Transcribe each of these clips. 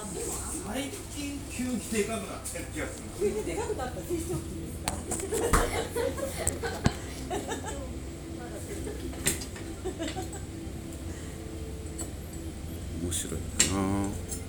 最近急にでかくなってる気がする。 急にでかくなった成長期ですか。 面白いな。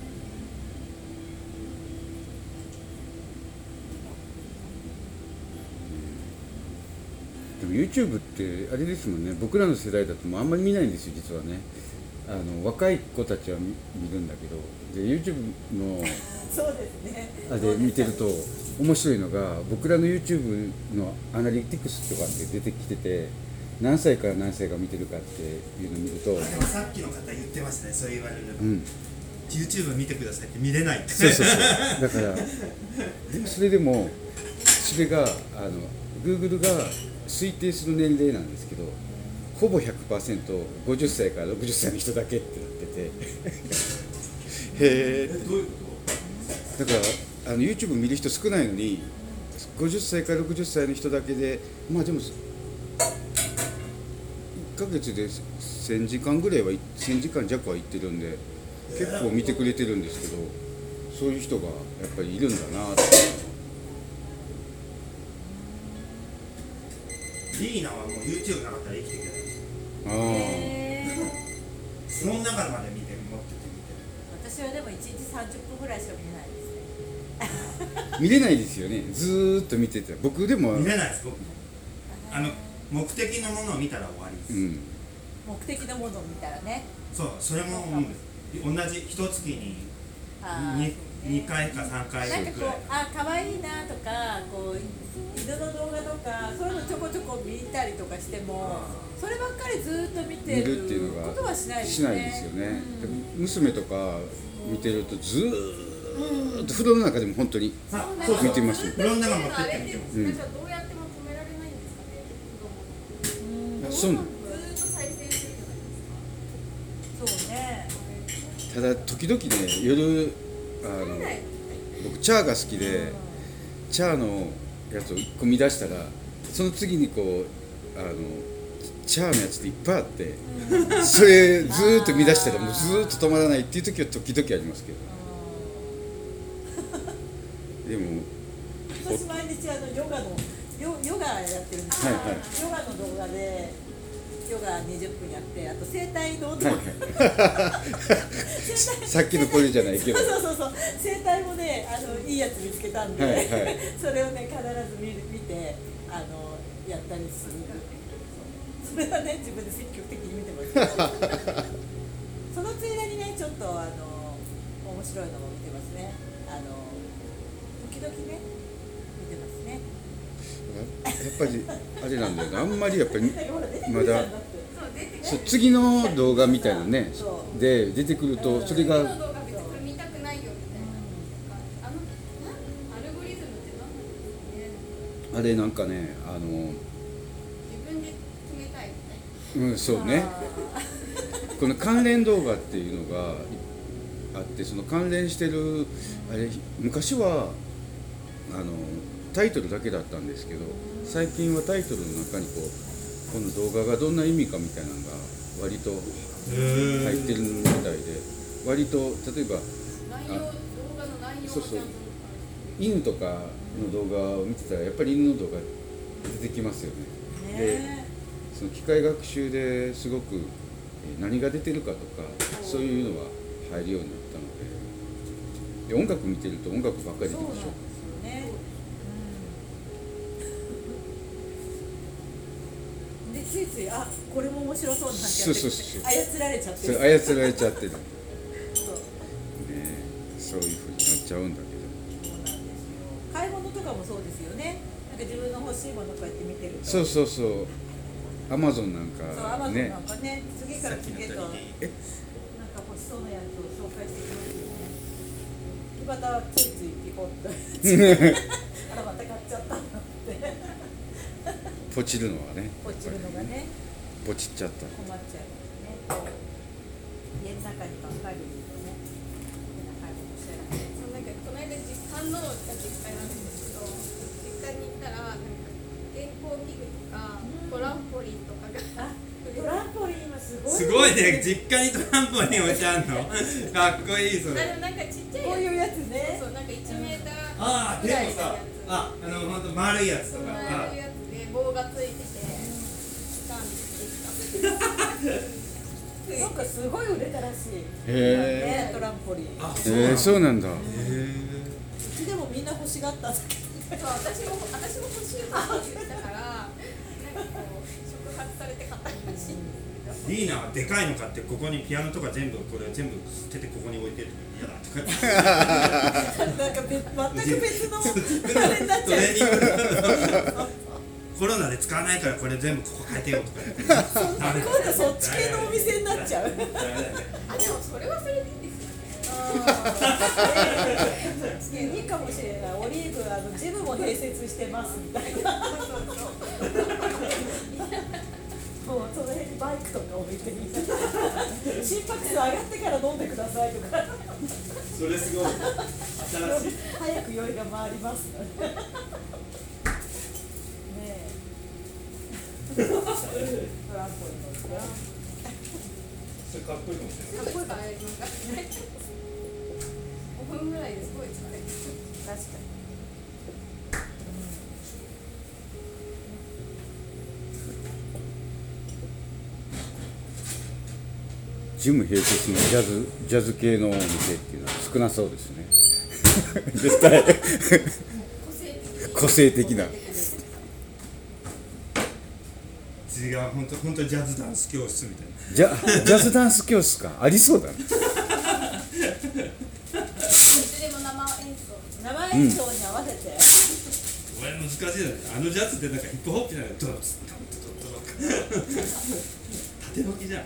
でも YouTube ってあれですもんね、僕らの世代だともうあんまり見ないんですよ実はね。若い子たちは見るんだけど、で YouTube のそうですね。 あれ見てると面白いのが、僕らの YouTube のアナリティクスとかって出てきてて、何歳から何歳が見てるかっていうのを見ると、 でもさっきの方言ってましたね、そう言われれば、 うん、 YouTube 見てくださいって見れないって。 そうそうそうだからそれでもそれがGoogle が推定する年齢なんですけど、ほぼ 100% 50歳から60歳の人だけってなっててへえ。 どういうこだからYouTube 見る人少ないのに、50歳から60歳の人だけで、まあでも1ヶ月で1000時間ぐらいは1000時間弱は行ってるんで、結構見てくれてるんですけど、そういう人がやっぱりいるんだなって。 リーナはもう YouTube なかったら生きていけない。 あその中まで見て持ってて見て。 私はでも1日30分ぐらいしか見れないですね。 見れないですよね、ずーっと見てて。僕でも見れないです僕も。目的のものを見たら終わりです。 うん、 目的のものを見たらね。 そう、それも思うんです。同じ一月に2回か3回なんかこうくらい。 可愛いなとか、こう犬の動画とかそういうのちょこちょこ見たりとかしても、そればっかりずっと見て見るるっていうのがことはしないですしね。 ないですよね。で娘とか見てるとずーっと風呂の中でも本当にそう見てますよ。 いろんなの持ってって見てます。 うんなんかどうやっても止められないんですかね、子供。 あ、そうなの。 ずーっと再生してるじゃないですか。 そうね。 ただ時々ね、夜僕チャーが好きで、チャーのやつを1個見出したら、その次にこうチャーのやつっていっぱいあって、それずーっと見出したらもうずーっと止まらないっていう時は時々ありますけど、でも私毎日ヨガやってるんですよ。 はいはいヨガの動画でヨガ20分やって、あと整体の動画、 はいさっきのこれじゃないけど、 そう整体もね、いいやつ見つけたんで、 はいはいそれをね必ず見てやったりする。それはね自分で積極的に見てますけどそのついでにねちょっと面白いのも見てますね。時々ね見てますね。 やっぱりあれなんだよね、あんまりやっぱりまだそう出てくそう次の動画みたいなねそうで出てくると、それが次の動画別にこれ見たくないよみたいな。アルゴリズムって何なんですかね。 あれなんかね自分で決めたいみたいな。 そうね、この関連動画っていうのがあって、その関連してるあれ昔はタイトルだけだったんですけど、最近はタイトルの中にこの動画がどんな意味かみたいなのが割と入ってるみたいで、割と例えば動画の内容そうそうをちゃんと犬とかの動画を見てたらやっぱり犬の動画出てきますよね。でその機械学習ですごく何が出てるかとかそういうのは入るようになったので、音楽見てると音楽ばっかり出てくるでしょ。 でついついこれも面白そうなんてやってそう操られちゃってる。 それ操られちゃってるね、 そうそういう風になっちゃうんだけど、 そうなんですよ。買い物とかもそうですよね。なんか自分の欲しいものこうやって見てると。 そうアマゾンなんそうアかマゾンねなんかね、次から次へとなんかえ欲しそうなやつを紹介してきますよね。またついついピコッとまた買っちゃったってポチるのはね、 落ちるのがねポチっちゃった。 困っちゃいますね。家の中にばっかりいるとね、変な買い物しちゃいますね。 そうなんかこの間反応が実家なんですけど、実家に行ったらなんか健康器具とかトランポリンとかがトランポリン今すごいすごいね、実家にトランポリン置いてあんのかっこいいそれ。 なんかちっちゃいこういうやつね。 そうなんか1メーターああ、でぐらいのやもさつ、 ほんと丸いやつとか。 ああいうやつで棒がついててスタンできなんかすごい売れたらしい。 へね、トランポリン。 あ、 そうなんだ。 へうちでもみんな欲しがったんだけど。 そう私も欲しいって言ったからなんかこう触発されて買ったらしいんですけどリーナはでかいの買ってここにピアノとか全部これ全部捨ててここに置いてる嫌だとか言ってなんか全く別のあれになっちゃう。 トレーニングコロナで使わないからこれ全部ここ変えてよとか言ってダメだ今度そっち系のお店になっちゃう。 ダメだねあでもそれはそれでいいんですよねいいかもしれない。オリーブジムも併設してますみたいな。もうその辺にバイクとか置いてみたいな。心拍数上がってから飲んでくださいとか。 それすごい新しい早く酔いが回りますので。ねえ。トランポリンのそれかっこいいかもしれないすごい使えるのが5分ぐらいですごい使える確かに。 ジム併設のジャズ系のお店っていうのは少なそうですね。絶対個性的な。 次が本当ジャズダンス教室みたいなジャズダンス教室かありそうだね。 いつでも生演奏に合わせて。 俺難しいだねジャズってなんかヒップホップじゃないドロツッドロッドロッ縦巻きじゃん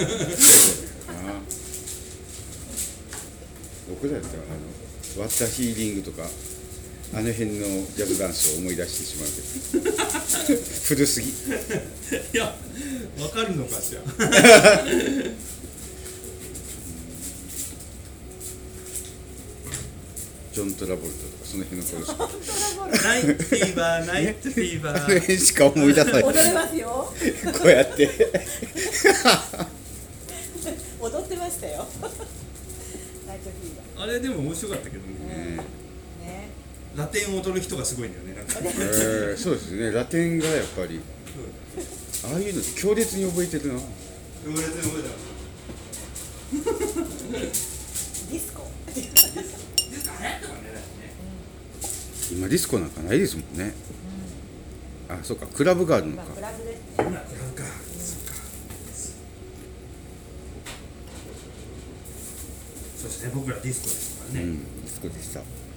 僕だったらワッタヒーリングとかあの辺のジャズダンスを思い出してしまうけど古すぎ。 いやわかるのかしらジョン・トラボルトとかその辺の頃しかナイトフィーバーナイトフィーバあのー辺しか思い出さない踊れますよ。 こうやって踊ってましたよ。ナイトフィーバあれでも面白かったけどねー。ね。 ラテンを踊る人がすごいんだよねなんかそうですねラテンがやっぱりああいうの強烈に覚えてるな。 俺全然覚えディスコ。 た流行ったからね今ディスコなんかないですもんね。あそうかクラブがあるのか。 クラブですね。 今クラブかそっかそうですね僕らディスコですからねディスコでした。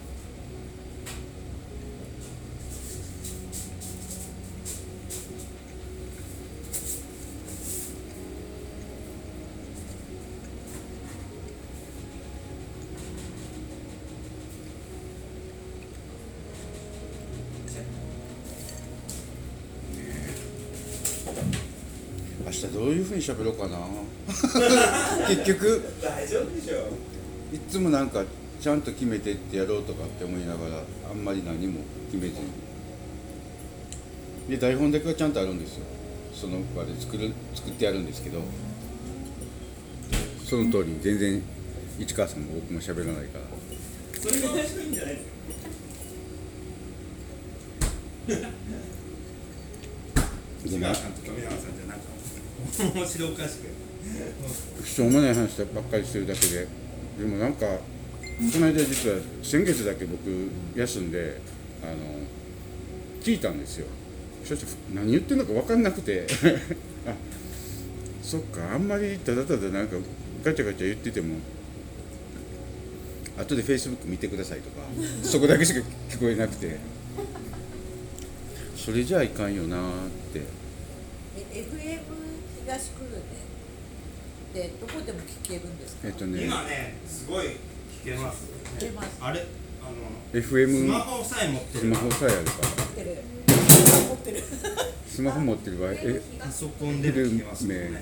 明日どういうふうに喋ろうかな結局大丈夫でしょいつもなんかちゃんと決めてってやろうとかって思いながらあんまり何も決めずにで台本だけはちゃんとあるんですよ。その場で作ってやるんですけどその通りに全然市川さんも僕も喋らないからそれが面白いんじゃないですか市川さんと富永さんじゃなんか面白おかしくしょうもない話ばっかりしてるだけででもなんかこの間実は先月だけ僕休んで聞いたんですよ。そして何言ってんのか分かんなくてあそっかあんまりただただなんかガチャガチャ言ってても後でフェイスブック見てくださいとかそこだけしか聞こえなくてそれじゃあいかんよなーって。 FM 東久留米ってどこでも聞けるんですか。 今ねすごい聞けます聞けます。 あれス FM マホさえ持ってるスマホさえあるから持ってる。持ってる。 スマホ持ってる場合パソコンでも聞けますもんね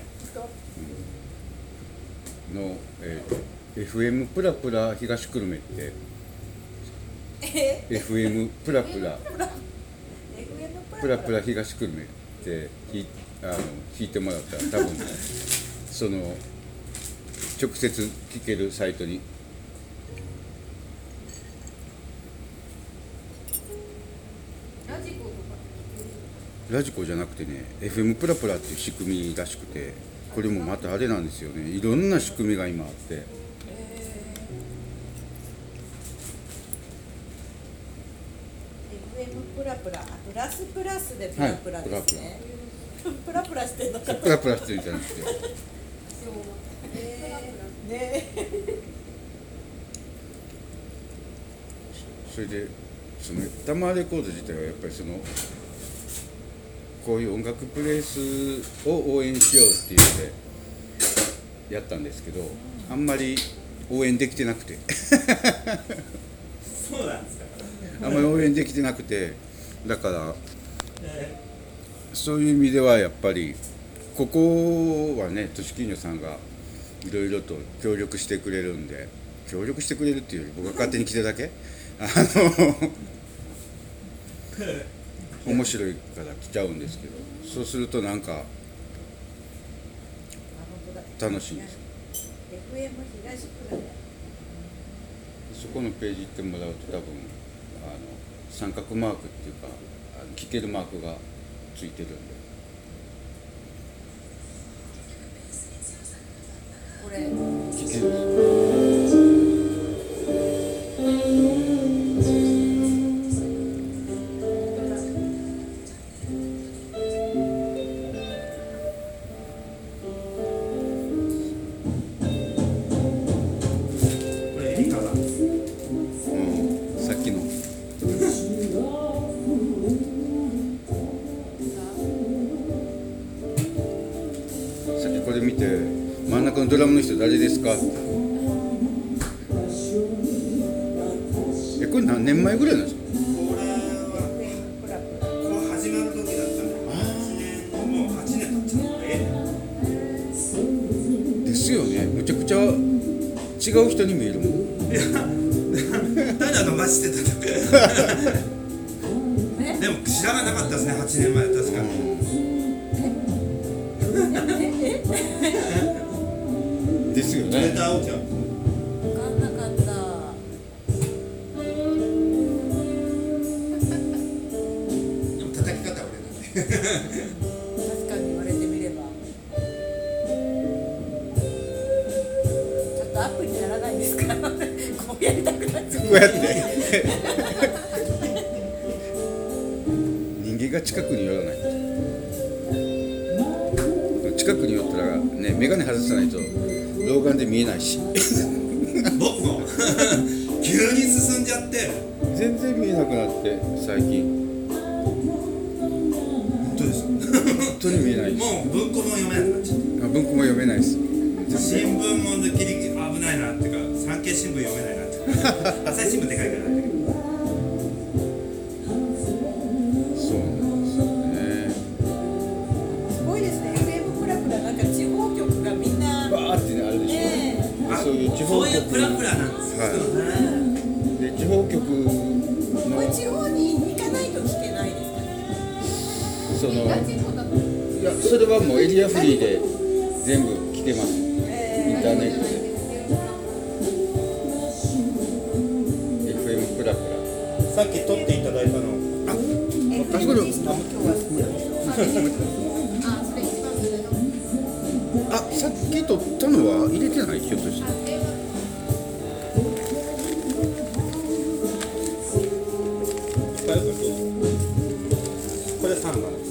の、FM プラプラ東久留米ってFM プラプラ FM プラプラ東久留米って弾いてもらったら多分その直接聞けるサイトに。 ラジコとかラジコじゃなくてね FM プラプラっていう仕組みらしくて、これもまたあれなんですよね、いろんな仕組みが今あって、 FM プラプラ、プラスプラスでプラプラですね。プラプラしてんのかと。 プラプラしてるんじゃなくてね。 それでそのタマーレコード自体はやっぱりそのこういう音楽プレイスを応援しようっていうのでやったんですけど、あんまり応援できてなくてそうなんですか。 あんまり応援できてなくて、だからそういう意味ではやっぱりここはね、としきんにょさんがいろいろと協力してくれるんで、協力してくれるっていうより僕が勝手に来てるだけ面白いから来ちゃうんですけど、そうするとなんか楽しいです。 FM 東プラでそこのページ行ってもらうと多分三角マークっていうか聞けるマークがついてるんで、 これ聞ける。 これいかが。 さっきのさっきこれ見て真ん中のドラムの人誰ですかって、これ何年前ぐらいなんですか。 これは FM プラプラ。 こう始まる時だったんで、もう8年経っちゃう。 ですよね、むちゃくちゃ違う人に見えるもん。 ただ伸ばしてただけ。でも知らなかったですね、8年前確かに。 ですよね。 レターをじゃん。 分かんなかった。 でも叩き方は俺なんで。 確かに言われてみれば。ちょっとアップにならないんですか。こうやりたくなっちゃう。 こうやって人間が近くに寄らないと、近くに寄ったらね、眼鏡外さないと老眼で見えないし僕も急に進んじゃって全然見えなくなって最近本当です本当に見えないし、 もう文庫本読めなくなっちゃっ文庫も読めないです。 た。新聞も抜き危ないなっていうか、産経新聞読めないなっていうか朝日新聞でかいからなんだけど、 そうなんですよね。 すごいですね。FM プラプラなんか地方局がみんな。 バーってねあるでしょ、 ねあそういう地方そういうプラプラなんですよ、 はいで地方局これの地方に行かないと聞けないですかね。 そのラジコだといやそれはもうエリアフリーで全部聞けます、インターネットで FM プラプラ。 さっき撮っていただいたのあそこ FM で西の今日はあ、それ一番上のあ、さっき撮ったのは入れてない、ひょっとして。 これ3番です。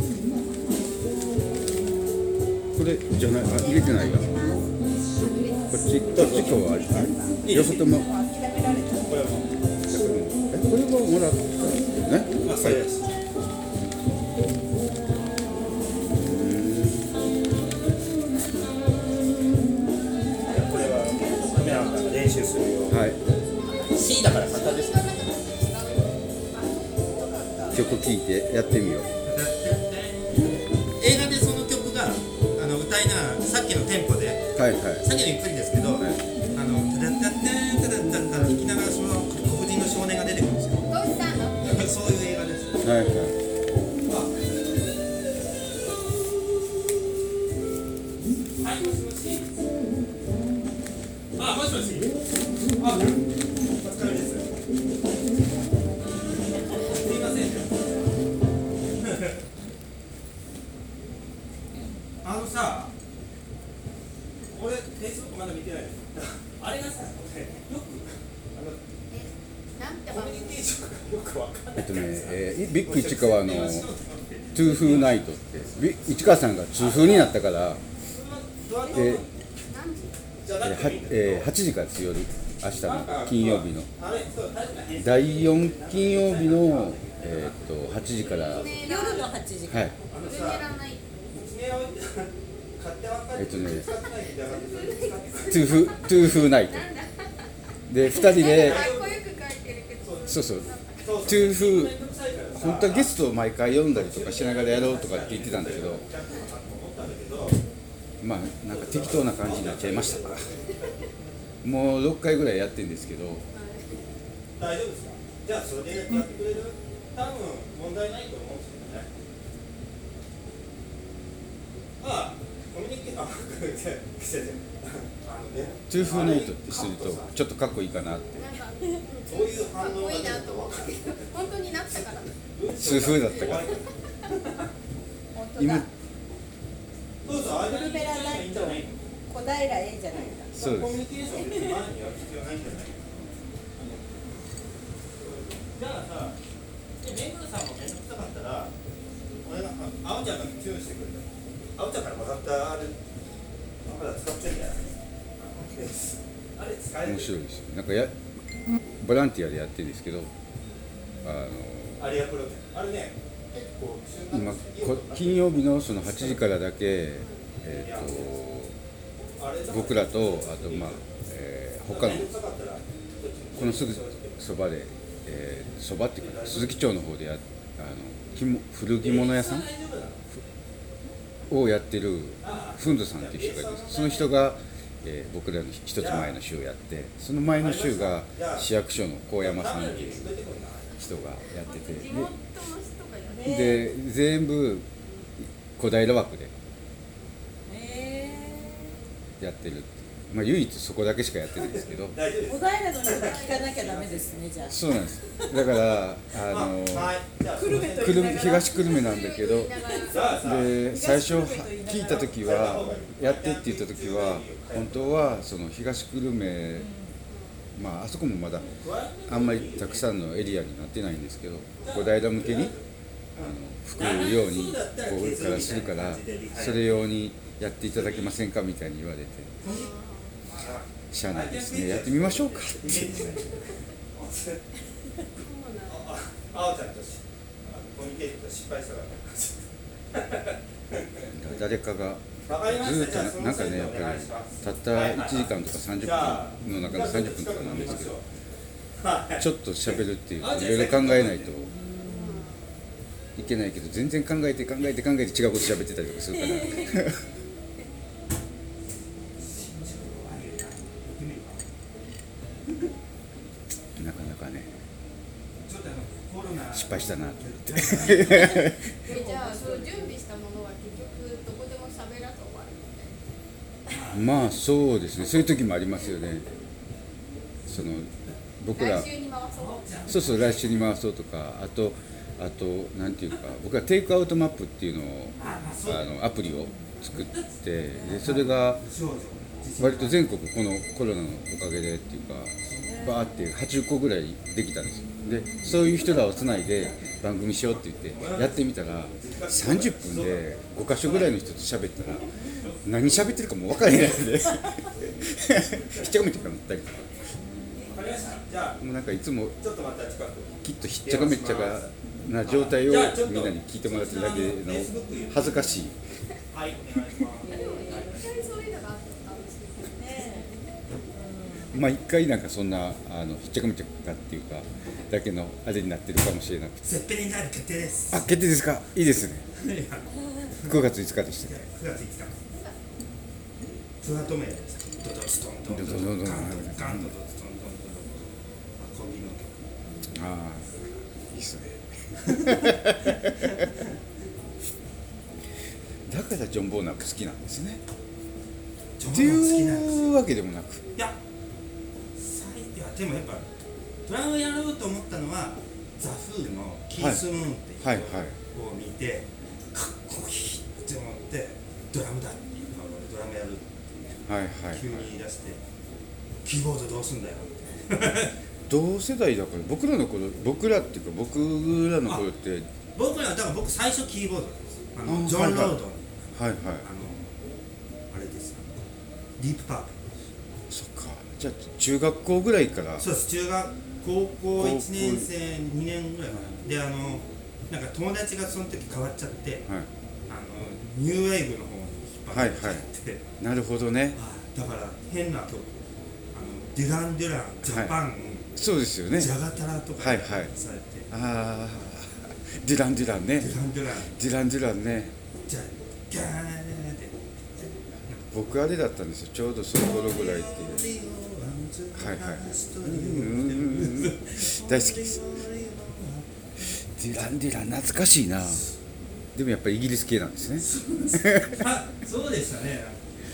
これじゃない、あ、入れてないや。こっち今日はあれ両方とも。 諦められた。 これはもこれはもらったね。 う、まあ、それです。これはカメラマンが練習するよう。 はい。 C だから簡単です。 曲聴いてやってみよう。 映画でその曲が歌いながらさっきのテンポではいはい。 さっきのゆっくりですけど、タダッタッタッタダッタッタ弾きながらその黒人の少年が出てくるんですよ。 どうしたの？ そういう映画です。 はいはい。 はい、もしもし。 ビッグ市川のトゥーフーナイトって市川さんが痛風になったから、8時からです夜、明日の金曜日の第4金曜日の、8時から、 夜の8時から、 はい、トゥーフーナイトで2人で、 かっこよく書いてるけど、 そうそう、トゥーフー、本当はゲストを毎回読んだりとかしながらやろうとかって言ってたんだけど、まあなんか適当な感じになっちゃいましたからもう6回ぐらいやってるんですけど、 大丈夫ですか？じゃあそれでやってくれる？多分問題ないと思うんですけどね。コミュニケーション、トトゥーフーナイトってするとちょっとかっこいいかなって。 なんかそういう反応がかっこいいなと思ったけど、本当になったから。 痛風だったから本当今だ、 どうぞ、 プルベラナイト小平 A じゃないか。 そうです。 コミュニケーションって前にやる必要ないんじゃない？じゃあさ、めぐるさんもめんどくさかったら、俺があおちゃんがチューしてくれた。あおちゃんからもらったあれ、まだ使ってんだよ。あれ使える。 面白いですよ。なんかボランティアでやってるんですけど、 アリアプロね。あれね、結構今金曜日のその8時からだけ、僕らとあと他のこのすぐそばで、そばっていうか鈴木町の方で古着物屋さんをやってるふんどさんっていう人がいるんです。その人が、僕らの一つ前の週をやって、その前の週が市役所の高山さんっていう人がやってて、 地元の人がやる。 で全部小平枠でやってるっていう、まあ唯一そこだけしかやってないんですけど、 小平の人が聞かなきゃダメですね、じゃあ。 そうなんです。だから久留米と言いながら東久留米なんだけど、で最初聞いた時はやってって言った時は本当はその東久留米、まああそこもまだあんまりたくさんのエリアになってないんですけど、小平向けに吹くようにこれからするから、それ用にやっていただけませんかみたいに言われて、しゃあないですね、やってみましょうかってあおちゃんとコミュニケーションと失敗したから誰かがずっとなんかね、やっぱりたった1時間とか30分の中の30分とかなんですけど、ちょっと喋るっていういろいろ考えないといけないけど、全然考えて違うこと喋ってたりとかするからなかなかね失敗したなって言ってじゃあそう準備したものは結局どこでも喋らず終わるみたいな。 まあそうですね、そういう時もありますよね。その僕ら来週に回そう。 そう来週に回そうとか、あとなんていうか、僕はテイクアウトマップっていうのをアプリを作って、でそれが割と全国このコロナのおかげでっていうかバーって80個ぐらいできたんですよ。でそういう人らをつないで番組しようって言ってやってみたら、30分で5カ所ぐらいの人と喋ったら何喋ってるかも分からないのでひっちゃかめっちゃかなったりとか、もうなんかいつもきっとひっちゃかめっちゃかな状態をみんなに聞いてもらってるだけの恥ずかしい。 はいお願いしますそういうのがあったんですけど。 まあ一回なんかそんなひっちゃかめっちゃかっていうかだけのあれになってるかもしれなくて。 ゼッペリンガール決定です。 あ、決定ですか。いいですね。9月5日でしたね。 9月5日。ツアートメイドです。ドドストンドンドンドンドンドンドンドンドンドンドンコンビニの曲。 ああ、いいっすね。だからジョン・ボーナーも好きなんですね。っていうわけでもなく。 いやでもやっぱドラムやろうと思ったのはザ・フーのキース・ムーンっていうはい曲を見て、かっこいいって思ってドラムだっていうのをドラムやるってはいはい。 急に言い出してキーボードどうすんだよって同世代だから僕らの頃僕らっていうか僕らの頃って僕らだから僕最初キーボードなんですあジョン・ロードン、 はいはいあれですディープパープそっかじゃあ中学校ぐらいからそうです中学高校1年生2年ぐらいかなでなんか友達がその時変わっちゃってはいニューウェーブの方に引っ張られちゃって、 なるほどねだから変な曲デュラン・デュランジャパン、 そうですよねジャガタラとかはいはいされて、 ああデュランねデュラン・デュランデュランねじゃあギャーンって僕あれだったんですよちょうどその頃ぐらいってはいはい大好きですデュラン懐かしいなでもやっぱりイギリス系なんですねあそうでしたね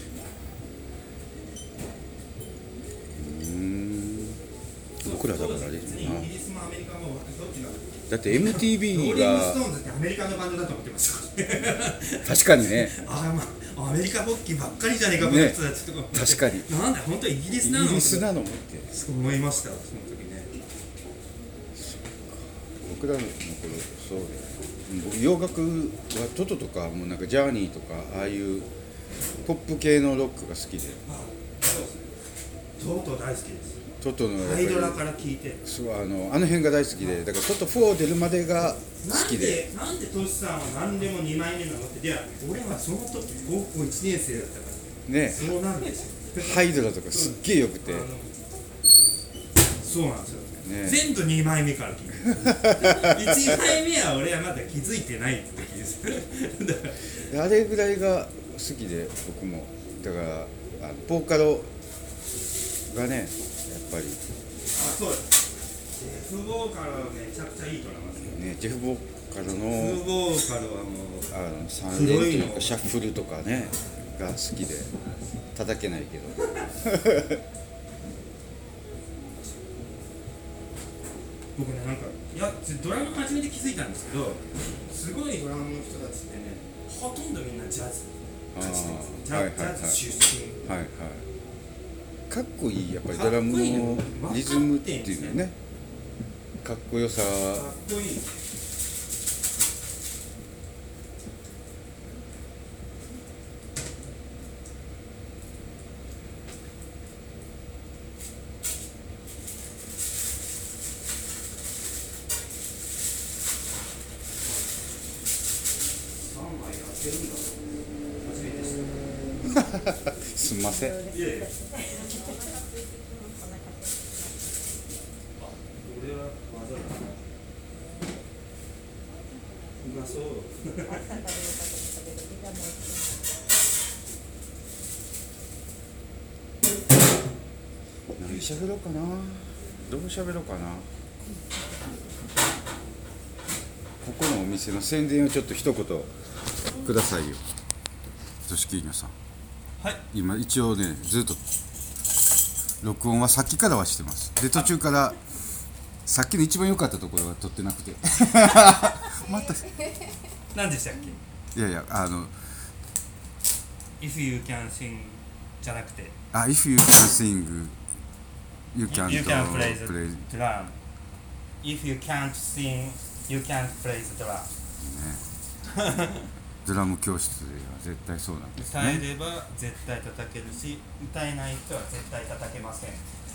僕らだからあれ別にイギリスもアメリカもどっちがだって MTV ローリング・ストがーンズってアメリカのバンドだと思ってました確かにねアメリカ国旗ばっかりじゃねえかこの人たちとか思って確かになんだ本当はイギリイスなのギリスなのもってそう思いましたその時ね僕らの頃そう僕洋楽はトトとかもうなんかジャーニーとかああいうポップ系のロックが好きでそうですねトート大好きですトトのやっぱりハイドラから聞いてそうあの辺が大好きでだからトト4出るまでが好きでなんでトシさんは何でも2枚目なのっていや俺はその時高校1年生だったからねそうなんですよハイドラとかすっげえよくてそうなんですよ、 ね全部2枚目から聞いて1枚目は俺はまだ気づいてないって時ですだからあれぐらいが好きで僕もだからボーカロがねやっぱりそうですジェフ・ボーカルはめちゃくちゃいいと思いますよねジェフ・ボーカルジェのフ・ボーカルはもう 3連っていうかシャッフルとかねが好きで叩けないけど僕ねなんかドラム初めて気づいたんですけどすごいドラムの人たちってねほとんどみんなジャズあジーはいはいはいャズ出身はいはいかっこいいやっぱりドラムのリズムっていうのねかっこよさかっこいい3枚やってるんだ初めて知っすんませんたいやいや俺は技だなうまそう何喋ろうかなどう喋ろうかなここのお店の宣伝をちょっと一言くださいよとしきりのさんはい今一応ねずっと録音はさっきからはしてますで途中からさっきの一番良かったところは撮ってなくてまた何でしたっけいやいや If you can sing じゃなくて If you can sing you can't You can play the play drum If you can't sing you can't play the drum ドラム教室では絶対そうなんです歌えねれば絶対叩けるし歌えない人は絶対叩けません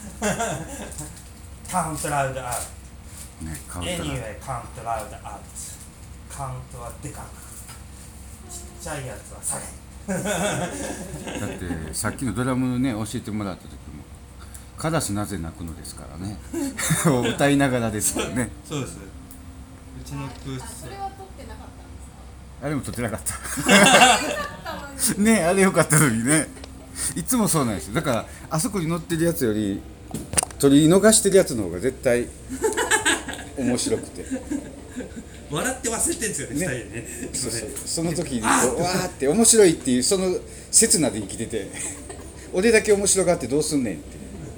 カウントラウドアウトねカウントラ Anyway カウントラウドアウトカウントはでかくちっちゃいやつは下げだってさっきのドラムね教えてもらった時も「カラスなぜ鳴くの」ですからね歌いながらですよねそうですうちの教室それは撮ってなかったんですかあれも撮ってなかっあったのにたねあれよかったのにねいつもそうなんですよだからあそこに載ってるやつより取り逃してるやつの方が絶対面白くて笑って忘れてるんですよね、 ね二人でねそうそうその時にこうわーって面白いっていうその刹那で生きてて俺だけ面白がってどうすんねんって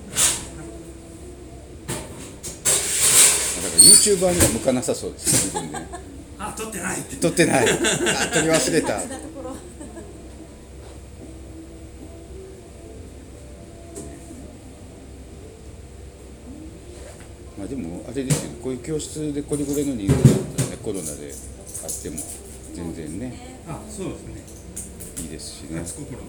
だから YouTuber には向かなさそうです自分であ撮ってないって撮ってない撮り忘れた大事なところまあでもあれですよね、こういう教室でこれぐらいの人数だったらね、コロナであっても全然ねあ、そうですね。 いいですしね。 初試み。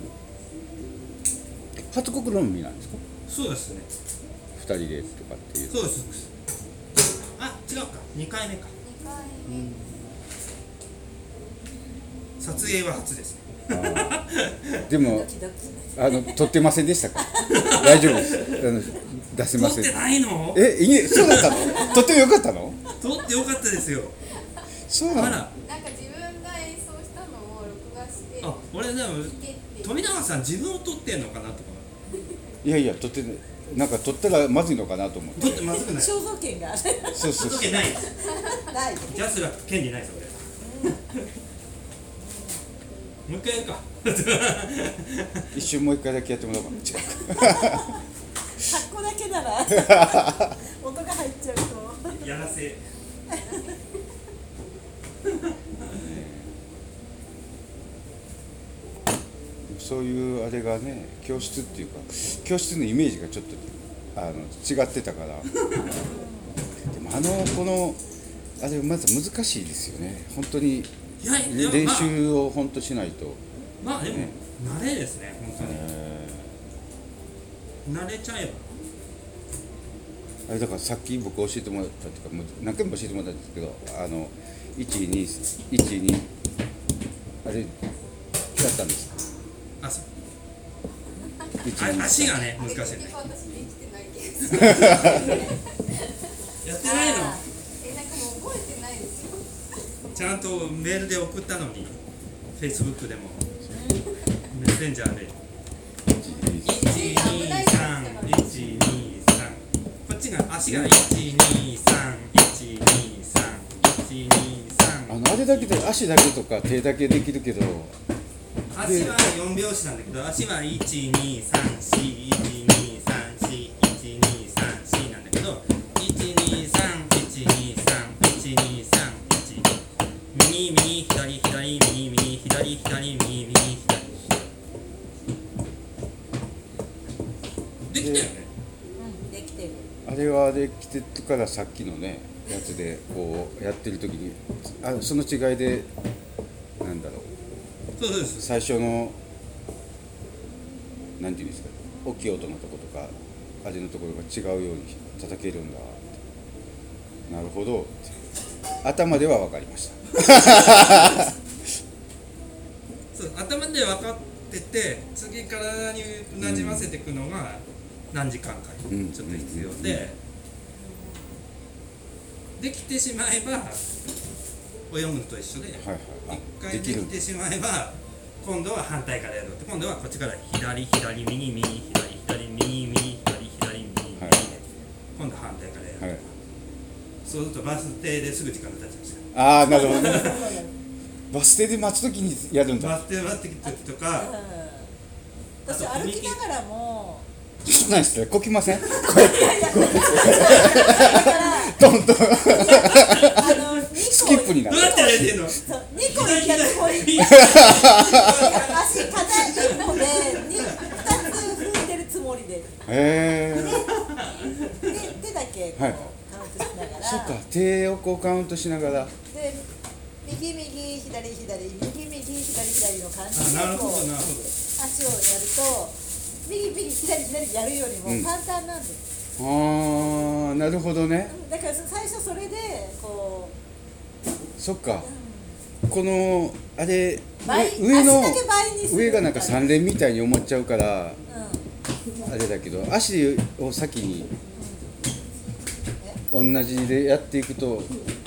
初試みなんですか、 そうですね。 2人でとかっていう。 そうです。あ、違うか。2回目か。 2回目撮影は初ですね。 でもドキドキ撮ってませんでしたか大丈夫です、出せません。 撮ってないの？ いえ、そうだったの撮ってもよかったの。 撮ってよかったですよ。 そうなの。 あら、 なんか自分が演奏したのを録画してあ、俺でも聞けって富永さん自分を撮ってんのかなとか。 いやいや、撮ってなんか撮ったらまずいのかなと思って撮ってまずくない。 肖像権がそうそうそう。 撮ってない。 ないジャスラック権利ないです俺。もう一回やるか。 一瞬もう一回だけやってもらおうかな。違うか。 8個だけなら音が入っちゃうとやらせ。 そういうあれがね、教室っていうか教室のイメージがちょっと違ってたからでもこのあれまず難しいですよね、本当に。 いや、でも練習を本当しないと。 まあでもね慣れですね、本当に。慣れちゃえば。 あれだからさっき僕教えてもらったっていうか、もう何回も教えてもらったんですけど、12112あれやったんですか。 あ、そう。 123 足がね難しいね。 私できてない気がするやってないの？ なんかもう覚えてないですよちゃんとメールで送ったのに、Facebook でもメッセンジャーで123こっちが足が123 あれだけで足だけとか手だけできるけど、 足は4拍子なんだけど、足は12341234123なんだけど、12312312312右右左左右右左左右右左できたよね。 できてるあれはできてるからさっきのねやつでこうやってる時にその違いでなんだろう、 そうです。 最初のなんていうんですか、大きい音のとことかあれのところが違うように叩けるんだって、なるほどって頭では分かりましたそう頭で分かってて、次体になじませていくのが何時間かちょっと必要で、できてしまえば泳ぐのと一緒で、 はいはい、 一回できてしまえば今度は反対からやるって、今度はこっちから左左右右左左右右左左右右で、 はい今度は反対からやる、 はい、 そうするとバス停ですぐ時間が経ちました。 ああなるほどねバス停で待つ時にやるんだ。 バス停待ってきた時とか、 私歩きながらもちょっと何ですか、こきませんこうやってだからトントンスキップになる。 どうやってやれてんの？ 2個に逆に足片一歩で2つ踏んでるつもりでへえ。 手だけこうはいカウントしながら、 そっか、手をこうカウントしながら。 で右右左左右右左左の感じあ、なるほでこうどなるほど。 足をやると右右左左やるよりも簡単なんです、 ああ、なるほどね。 だから最初それでこそっか。このあれ倍上の足だけ倍にする上がなんか3連みたいに思っちゃうからう、 あれだけど、足を先に同じでやっていくと。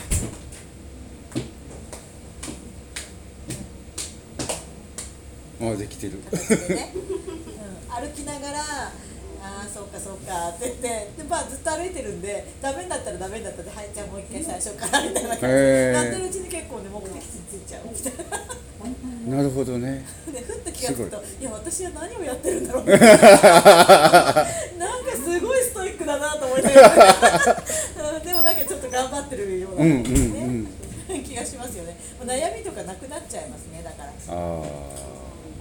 ああ、できてる。 形でね、歩きながらああそうかそうかって言ってで、まあ、ずっと歩いてるんでダメになったらダメになったで、はいじゃあもう一回最初からみたいな感じでやってるうちに結構ね目的地に着いちゃうみたいななるほどね。 でふっと気が付くといや私は何をやってるんだろうなんかすごいストイックだなと思いながらでもなんかちょっと頑張ってるような、気がしますよね。悩みとかなくなっちゃいますね。だからああ。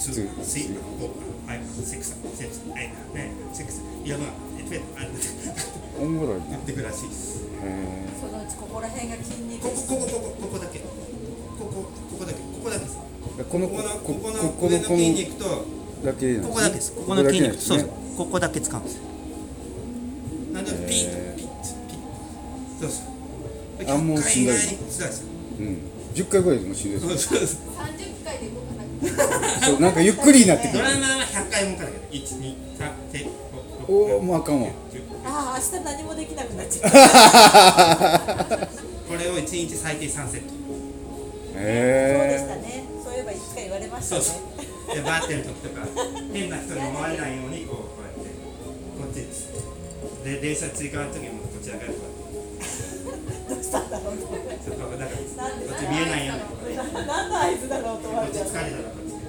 2、3、4、5、6、7、8、9、10、11、 おもろいな。 やってくらしいです。 そのうちここら辺が筋肉ここだけ。ここだけです。 このここのこ上の筋肉とだけなんですね。 ここだけです。ここの筋肉、そうそう、ここだけ使うんです。なんでピッそうそう。 あもうしんどい 100回以内に辛いですよ。 うん。10回ぐらいでもしんどいです。 そうです。 30回で動かなくてそうなんかゆっくりになってくる。 ドラマは100回もかなきゃ1、2、3、4、5、6、 おおもうあかんわ。 ああ明日何もできなくなっちゃうこれを1日最低3セット。 そうでしたへねそういえばいつか言われましたねそうそう。で、バーってる時とか、変な人に思われないように、こうやって、こっちです。で、電車追加の時もこちらからこうやって。 どうしたんだろうと思ってそこだから、こなんでっち見えないように。 何の合図だろうと思こっちっちゃう疲れたらこっち。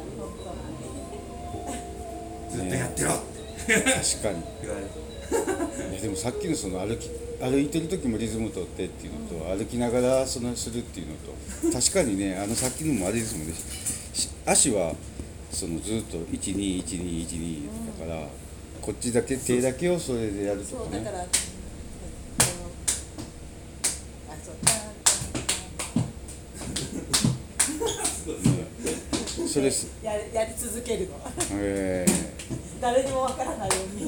本ずっとやってろって確かに。 言われる。 いやでもさっきのその歩いてる時もリズム取ってっていうのと、歩きながらそのするっていうのと、確かにねさっきのもあれですもんね。足はそのずっと121212だから、こっちだけ手だけをそれでやるとかね。 そうだからあそうそれす。 やり続けるの誰にもわからないように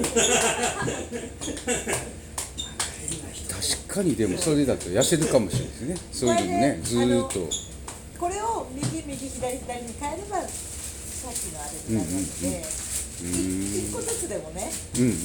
確かにでもそれだと痩せるかもしれないですね。そういうのもねずーっと。 これを右左に変えればさっきのあれになるので、一個ずつでもねうんうん。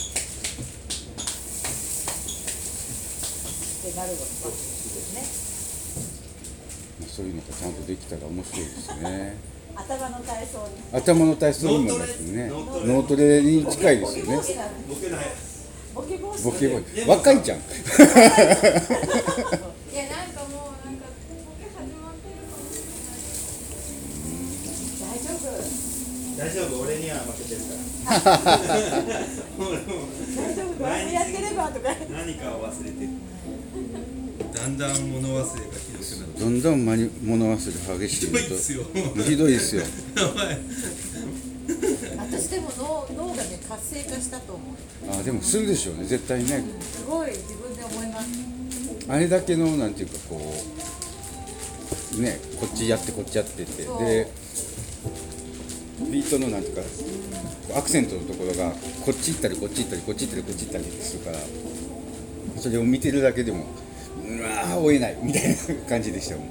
ってなるわけですね。 そういうのがちゃんとできたら面白いですね。 頭の体操に頭の体操にもなってね。 脳トレ脳トレに近いですよね。 ボケない。 ボケ防止ボケボケ若いじゃん。 いやなんかもうなんかボケ始まってるかもしれない。 大丈夫大丈夫、俺には負けてるから。俺も大丈夫ドラムやってればとか何かを忘れてる。だんだん物忘れがひどくなってどんどん物忘れ激しいのひどいっすよ。 とひどいですよ。 やばい。 私でも脳がね活性化したと思う。 でもするでしょうね絶対ね。 すごい自分で思います。 あれだけのなんていうかこうねこっちやってこっちやってってそうでビートのなんていうかアクセントのところがこっち行ったりこっち行ったりこっち行ったりこっち行ったりするから、それを見てるだけでもうわー追えないみたいな感じでしたもん。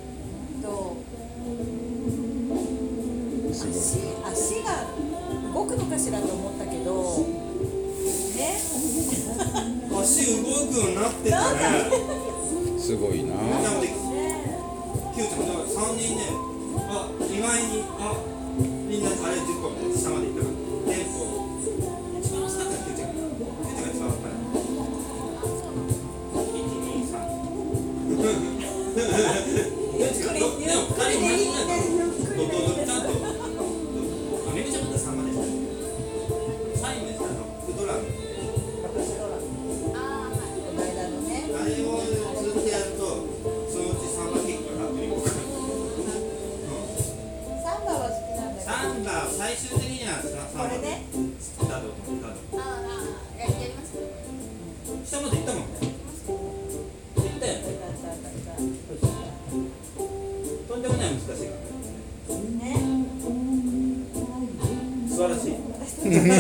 すごい。 足が動くのかしらと思ったけどね足動くようになってたね。 すごいな。 なので、キューちゃんだから3人ね、意外にみんなあれ10個まで下まで行ったから。で、一番下だったらキューちゃんが一番下だった。 ゆっくりでいいんですゆっくりでいいんですめぐちゃんまだ3までした最後にフドラムああはい。 この間のねあれをずっとやるとそのうち3番結構楽に動くサンバは好きなんだけどサンバ最終的にはサンバこれねダドやりました。 下まで行ったもんね行ったよねとんでもない難しいからね素晴らしいそうこう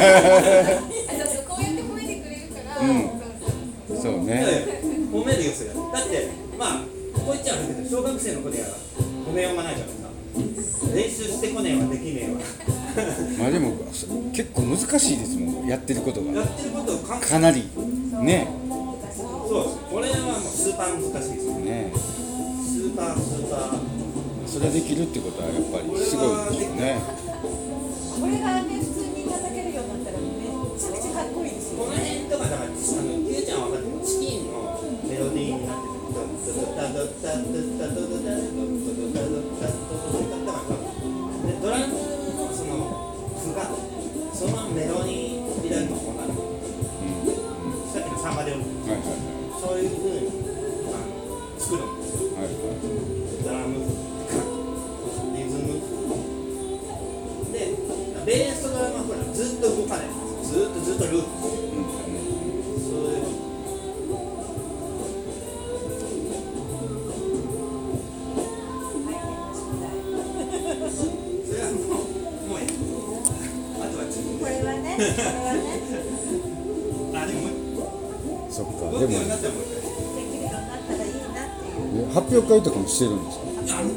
やって褒めてくれるから。 そうね。 褒めるよそれだってまあこう言っちゃうんだけど小学生の子でや褒めようがないからさ練習してこねえはできねえわでも結構難しいですもんやってることがやってることをかなりねそうですこれはもうスーパー難しいですよねスーパーそれできるってことはやっぱりすごいですよね。 これがね普通に叩けるようになったらめちゃくちゃかっこいいですよこの辺とかだからキューちゃんは分かってるチキンのメロディーになってるドラムのその譜がそのメロディーになるのもなるさっきのサンバでそういう風に作るんですよドラムリズムであ、でもそっか動でもくようになったらもう一回。 できるようになったらいいなっていう。 発表会とかもしてるんですか？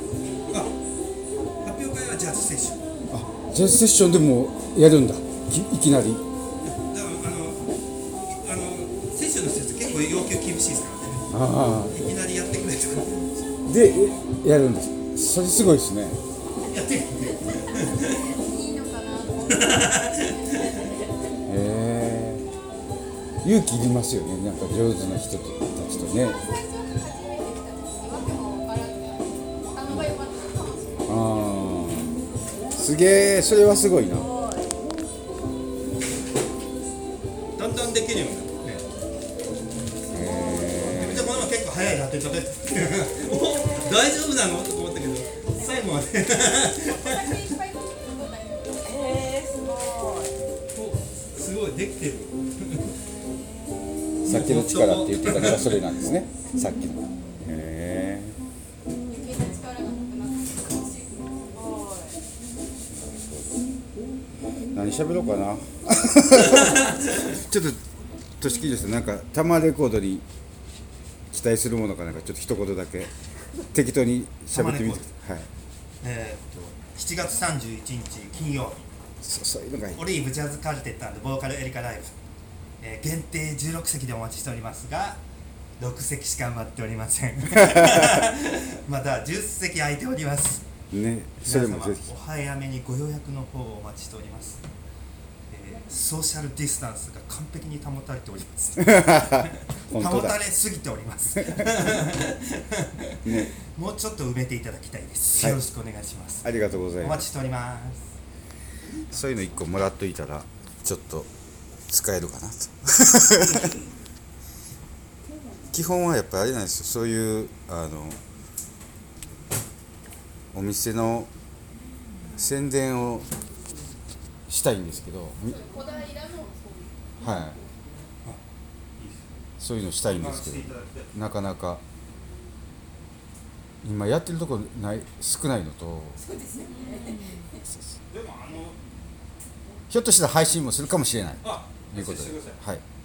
発表会はジャズセッション。 あ、ジャズセッションでもやるんだ。いきなり。 だからセッションの施設結構要求厳しいですからね。 あいきなりやってくれとか。 あ、でやるんです。それすごいですね。 やってみて。 いいのかなと思って勇気いりますよね。なんか上手な人たちとね。 最初初めて来た時わけも分からず他のが良かったかもしれない。 ああ、すげえ、それはすごいな。 だんだんできるようになってね。でこの前結構早いなって言ってお大丈夫なのと思ったけど最後までお酒いっぱい飲むと大丈すごい。 すごいできてる。 さっきの力って言ってたのがそれなんですね。さっきの。 夫。余計な力がなくなって楽しい。 何喋ろうかな。ちょっととしきりです。なんかタマレコードに期待するものかなんかちょっと一言だけ適当に喋ってみて。はい。 7月31日金曜そういうのがいい日オ。リーブジャズカルテット&ボーカルエリカライブ、限定16席でお待ちしておりますが6席しか埋まっておりませんまだ10席空いておりますね、それもぜ皆様お早めにご予約の方をお待ちしております、ソーシャルディスタンスが完璧に保たれておりますひ。本当だ保たれ。すぎておりますね、 もうちょっと埋めていただきたいです、 はいよろしくお願いしますありがとうございます。 お待ちしておりますそういうの一個もらっといたらちょっと使えるかなと。基本はやっぱりあれなんですよ。そういうお店の宣伝をしたいんですけど、 小平のはい、そういうのしたいんですけど、なかなか今やってるとこない少ないのと、 そうですね。 でもひょっとしたら配信もするかもしれないあということでしてください、 はい。